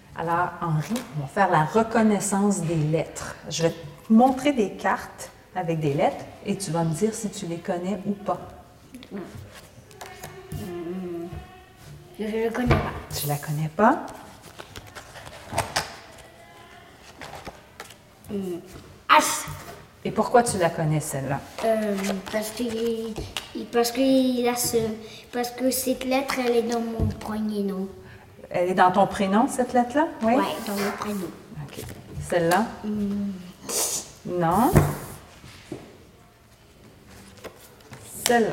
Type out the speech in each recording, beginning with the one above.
Alors, Henri, on va faire la reconnaissance des lettres. Je vais te montrer des cartes avec des lettres et tu vas me dire si tu les connais ou pas. Je ne le connais pas. Tu la connais pas? H. Et pourquoi tu la connais, celle-là? Parce que cette lettre, elle est dans mon premier nom. Elle est dans ton prénom, cette lettre-là? Oui? Ouais, dans mon prénom. OK. Celle-là? Non. Celle-là?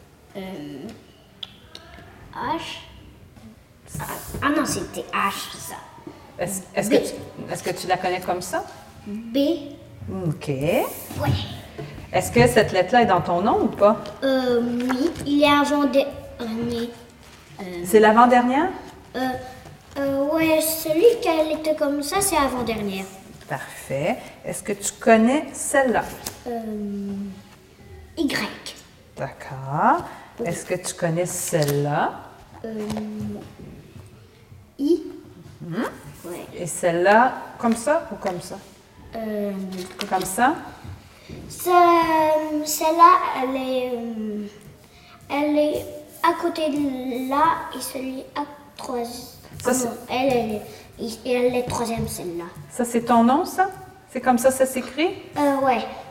H. Ah non, c'était H, ça. Est-ce que tu la connais comme ça? B. OK. Ouais. Est-ce que cette lettre-là est dans ton nom ou pas? Oui, il est avant-dernier. C'est l'avant-dernière? Ouais, celui qui était comme ça, c'est avant-dernière. Parfait. Est-ce que tu connais celle-là? Y. D'accord. Est-ce que tu connais celle-là? I. Ouais. Et celle-là, comme ça ou comme ça? Comme ça? Celle-là, elle est à côté de là et celui à troisième. Ça, c'est- Elle est troisième, celle-là. Ça, c'est ton nom, ça? C'est comme ça s'écrit? Ouais.